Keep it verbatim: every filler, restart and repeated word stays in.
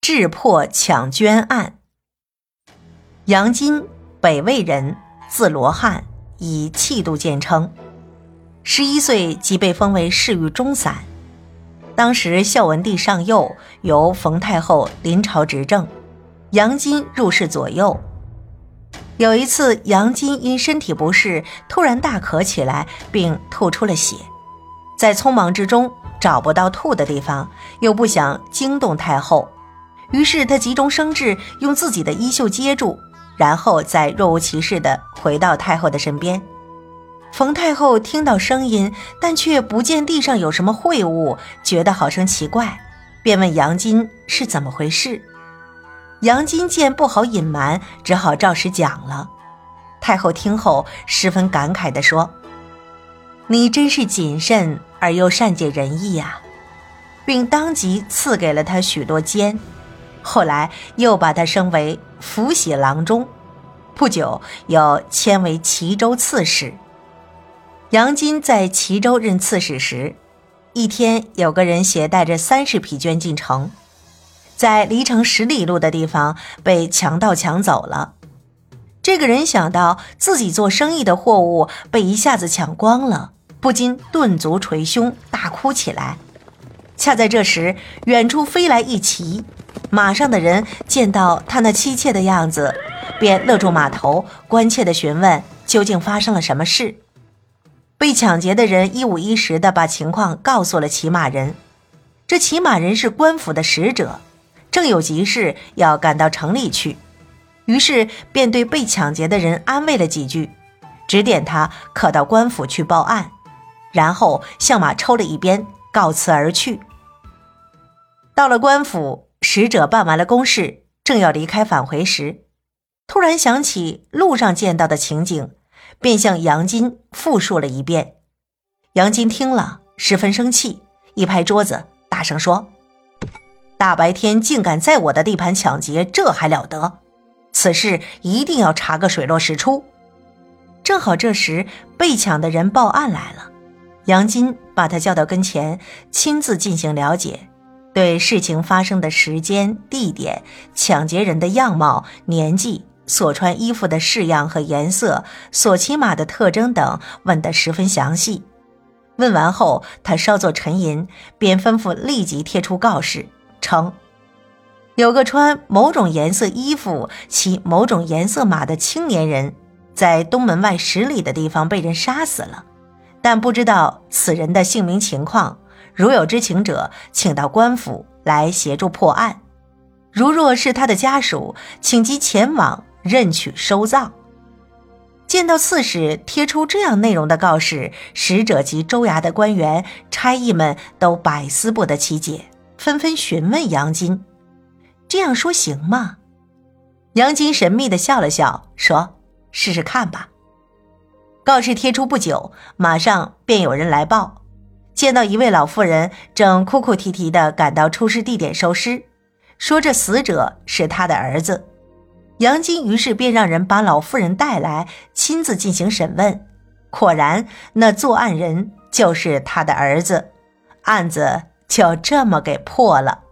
智破抢捐案。杨金，北魏人，字罗汉，以气度见称。十一岁即被封为侍御中散。当时孝文帝上幼，由冯太后临朝执政，杨金入侍左右。有一次，杨金因身体不适，突然大咳起来，并吐出了血。在匆忙之中找不到吐的地方，又不想惊动太后，于是他急中生智，用自己的衣袖接住，然后再若无其事地回到太后的身边。冯太后听到声音，但却不见地上有什么秽物，觉得好生奇怪，便问杨金是怎么回事。杨金见不好隐瞒，只好照实讲了。太后听后十分感慨地说：你真是谨慎而又善解人意啊，并当即赐给了他许多笺，后来又把他升为辅喜郎中，不久又迁为齐州刺史。杨金在齐州任刺史时，一天有个人携带着三十匹绢进城，在离城十里路的地方被强盗抢走了。这个人想到自己做生意的货物被一下子抢光了，不禁顿足捶胸，大哭起来。恰在这时，远处飞来一骑，马上的人见到他那凄切的样子，便勒住马头，关切地询问究竟发生了什么事。被抢劫的人一五一十地把情况告诉了骑马人。这骑马人是官府的使者，正有急事要赶到城里去，于是便对被抢劫的人安慰了几句，指点他可到官府去报案，然后向马抽了一鞭，告辞而去。到了官府，使者办完了公事，正要离开返回时，突然想起路上见到的情景，便向杨金复述了一遍。杨金听了十分生气，一拍桌子，大声说：大白天竟敢在我的地盘抢劫，这还了得！此事一定要查个水落石出。正好这时被抢的人报案来了，杨金把他叫到跟前，亲自进行了解，对事情发生的时间、地点、抢劫人的样貌、年纪、所穿衣服的式样和颜色、所骑马的特征等问得十分详细。问完后，他稍作沉吟，便吩咐立即贴出告示，称有个穿某种颜色衣服、骑某种颜色马的青年人，在东门外十里的地方被人杀死了，但不知道此人的姓名情况，如有知情者，请到官府来协助破案。如若是他的家属，请即前往认取收葬。见到刺史贴出这样内容的告示，使者及州衙的官员、差役们都百思不得其解，纷纷询问杨金：这样说行吗？杨金神秘地笑了笑，说：试试看吧。告示贴出不久，马上便有人来报，见到一位老妇人正哭哭啼啼地赶到出事地点收尸，说这死者是他的儿子。杨金于是便让人把老妇人带来，亲自进行审问。果然那作案人就是他的儿子，案子就这么给破了。